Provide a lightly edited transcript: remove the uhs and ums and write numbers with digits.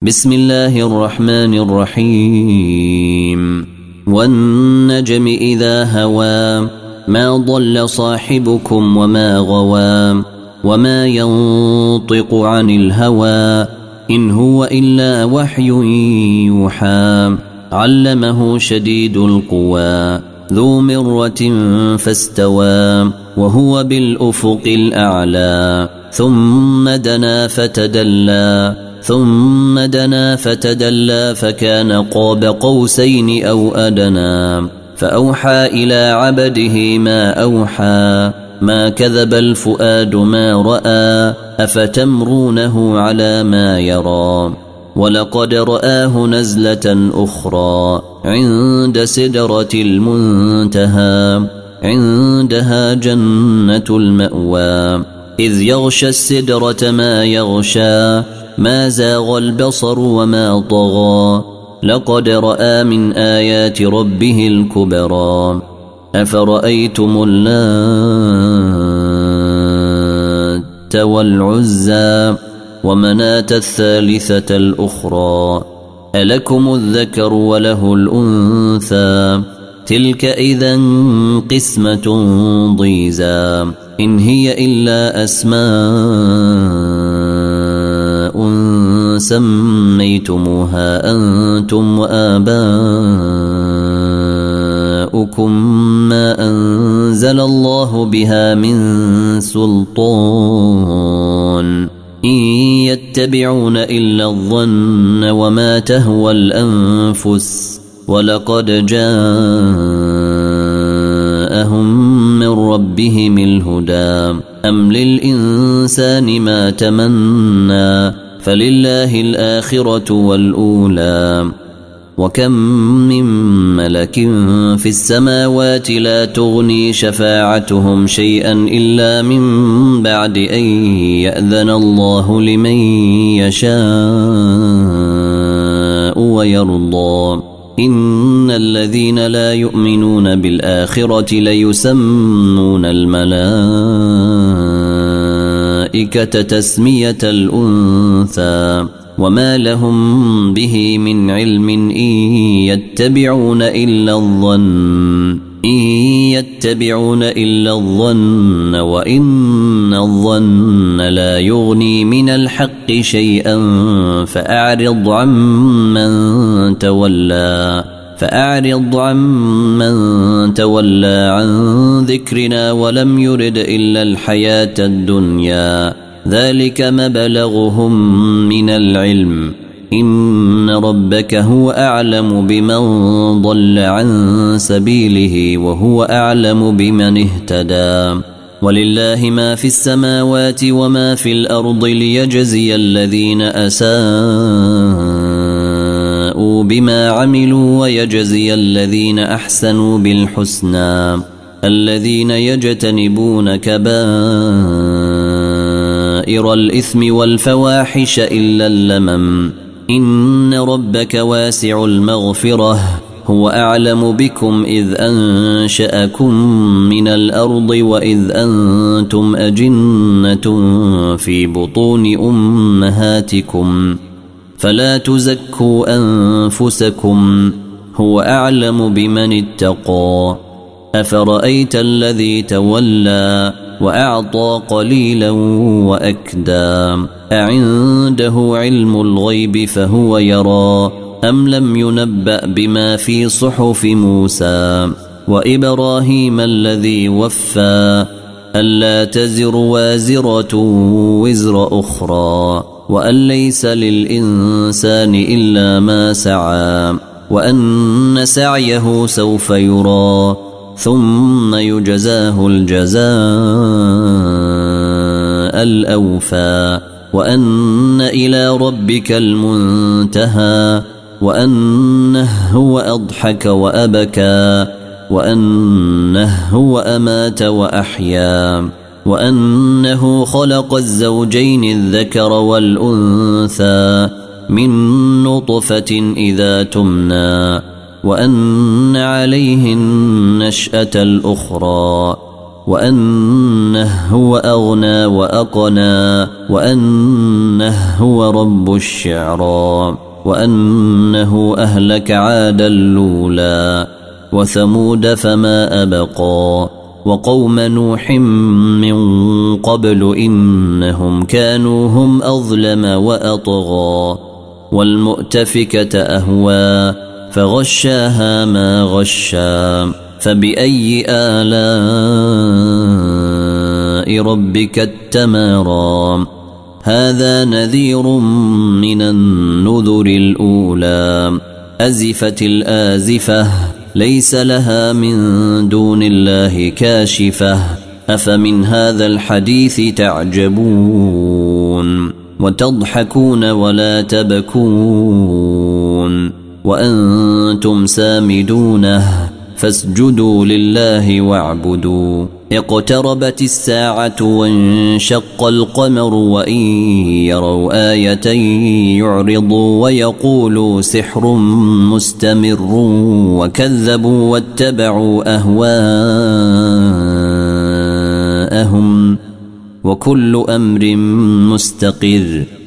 بسم الله الرحمن الرحيم والنجم إذا هوى ما ضل صاحبكم وما غوى وما ينطق عن الهوى إن هو إلا وحي يوحى علمه شديد القوى ذو مرة فاستوى وهو بالأفق الأعلى ثم دنا فتدلى فكان قاب قوسين أو أدنى فأوحى إلى عبده ما أوحى ما كذب الفؤاد ما رأى أفتمرونه على ما يرى ولقد رآه نزلة أخرى عند سدرة المنتهى عندها جنة المأوى إذ يغشى السدرة ما يغشى ما زاغ البصر وما طغى لقد رأى من آيات ربه الكبرى أفرأيتم اللات والعزى ومناة الثالثة الأخرى ألكم الذكر وله الأنثى تلك إذا قسمة ضيزى إن هي إلا أسماء سميتموها أنتم وآباؤكم ما أنزل الله بها من سلطان إن يتبعون إلا الظن وما تهوى الأنفس ولقد جاءهم من ربهم الهدى أم للإنسان ما تمنى فلله الآخرة والأولى وكم من ملك في السماوات لا تغني شفاعتهم شيئا إلا من بعد أن يأذن الله لمن يشاء ويرضى إن الذين لا يؤمنون بالآخرة ليسمون الملائكة تسمية الأنثى وما لهم به من علم إن يتبعون إلا الظن وإن الظن لا يغني من الحق شيئا فأعرض عمن تولى عن ذكرنا ولم يرد إلا الحياة الدنيا ذلك مبلغهم من العلم إن ربك هو أعلم بمن ضل عن سبيله وهو أعلم بمن اهتدى ولله ما في السماوات وما في الأرض ليجزي الذين أساءوا بما عملوا ويجزي الذين أحسنوا بالحسنى الذين يجتنبون كبائر الإثم والفواحش إلا اللمم إن ربك واسع المغفرة هو أعلم بكم إذ أنشأكم من الأرض وإذ أنتم أجنة في بطون أمهاتكم فلا تزكوا أنفسكم هو أعلم بمن اتقى أفرأيت الذي تولى وأعطى قليلا وأكدى أعنده علم الغيب فهو يرى أم لم ينبأ بما في صحف موسى وإبراهيم الذي وفى ألا تزر وازرة وزر أخرى وأن ليس للإنسان إلا ما سعى وأن سعيه سوف يرى ثم يجزاه الجزاء الأوفى وأن إلى ربك المنتهى وأنه هو أضحك وأبكى وأنه هو أمات وأحيا وأنه خلق الزوجين الذكر والأنثى من نطفة إذا تمنى وأن عليه النشأة الأخرى وأنه هو أغنى وأقنى وأنه هو رب الشعرى وأنه أهلك عادا الأولى وثمود فما أبقى وقوم نوح من قبل إنهم كانوا هم أظلم وأطغى والمؤتفكة أهوى فغشاها ما غشا فبأي آلاء ربك التمارى هذا نذير من النذر الأولى أزفت الآزفة ليس لها من دون الله كاشفة أفمن هذا الحديث تعجبون وتضحكون ولا تبكون وأنتم سامدونه فاسجدوا لله واعبدوا اقتربت الساعة وانشق القمر وإن يروا آية يعرضوا ويقولوا سحر مستمر وكذبوا واتبعوا أهواءهم وكل أمر مستقر